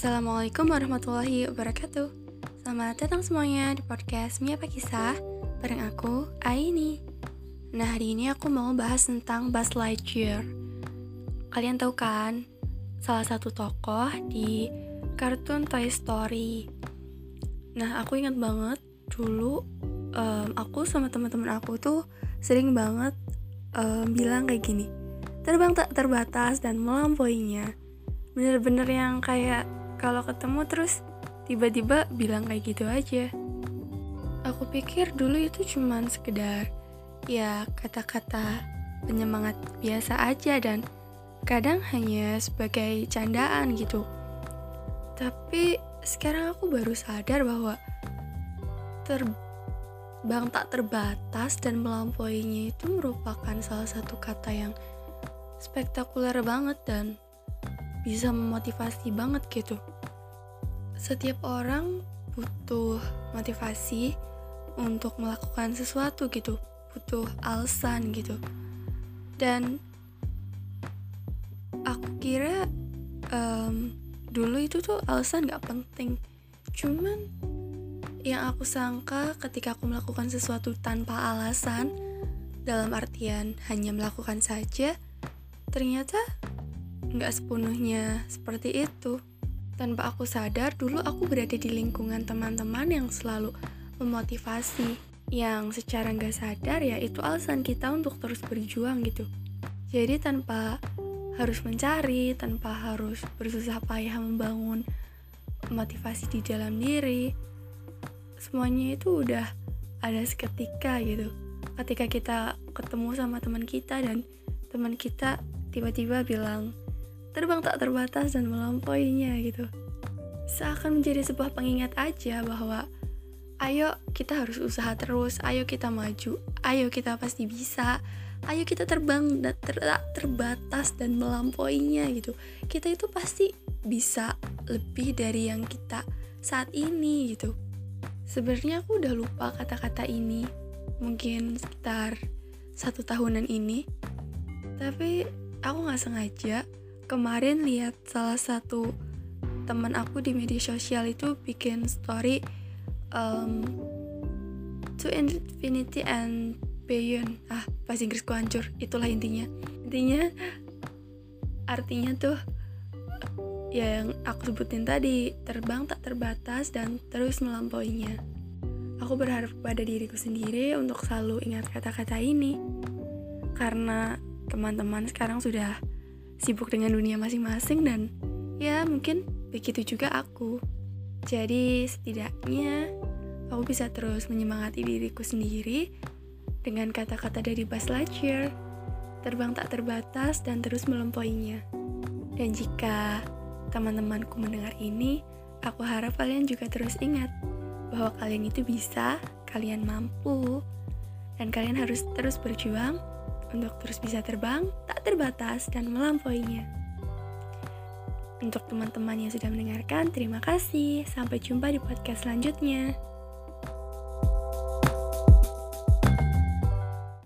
Assalamualaikum warahmatullahi wabarakatuh. Selamat datang semuanya di podcast Mia Apa Kisah bareng aku, Aini. Nah, hari ini aku mau bahas tentang Buzz Lightyear. Kalian tahu kan, salah satu tokoh di kartun Toy Story. Nah, aku ingat banget dulu aku sama teman-teman aku tuh sering banget bilang kayak gini, terbang tak terbatas dan melampauinya. Bener-bener yang kayak kalau ketemu terus tiba-tiba bilang kayak gitu aja. Aku pikir dulu itu cuman sekedar ya kata-kata penyemangat biasa aja dan kadang hanya sebagai candaan gitu. Tapi sekarang aku baru sadar bahwa terbang tak terbatas dan melampauinya itu merupakan salah satu kata yang spektakuler banget dan bisa memotivasi banget gitu. Setiap orang butuh motivasi untuk melakukan sesuatu gitu, butuh alasan gitu. Dan aku kira dulu itu tuh alasan gak penting. Cuman yang aku sangka ketika aku melakukan sesuatu tanpa alasan, dalam artian hanya melakukan saja, ternyata gak sepenuhnya seperti itu. Tanpa aku sadar, dulu aku berada di lingkungan teman-teman yang selalu memotivasi, yang secara gak sadar ya itu alasan kita untuk terus berjuang gitu. Jadi tanpa harus mencari, tanpa harus bersusah payah membangun motivasi di dalam diri, semuanya itu udah ada seketika gitu. Ketika kita ketemu sama teman kita dan teman kita tiba-tiba bilang terbang tak terbatas dan melampauinya gitu. Seakan menjadi sebuah pengingat aja bahwa ayo kita harus usaha terus, ayo kita maju, ayo kita pasti bisa, ayo kita terbang dan tak terbatas dan melampauinya gitu. Kita itu pasti bisa lebih dari yang kita saat ini gitu. Sebenarnya aku udah lupa kata-kata ini, mungkin sekitar 1 tahunan ini. Tapi aku gak sengaja kemarin lihat salah satu teman aku di media sosial itu bikin story to infinity and beyond. Bahasa Inggrisku hancur, itulah intinya artinya tuh yang aku sebutin tadi, terbang tak terbatas dan terus melampauinya. Aku berharap pada diriku sendiri untuk selalu ingat kata-kata ini, karena teman-teman sekarang sudah sibuk dengan dunia masing-masing dan ya mungkin begitu juga aku. Jadi setidaknya aku bisa terus menyemangati diriku sendiri dengan kata-kata dari Buzz Lightyear, terbang tak terbatas dan terus melampauinya. Dan jika teman-temanku mendengar ini, aku harap kalian juga terus ingat bahwa kalian itu bisa, kalian mampu, dan kalian harus terus berjuang untuk terus bisa terbang, tak terbatas, dan melampauinya. Untuk teman-teman yang sudah mendengarkan, terima kasih. Sampai jumpa di podcast selanjutnya.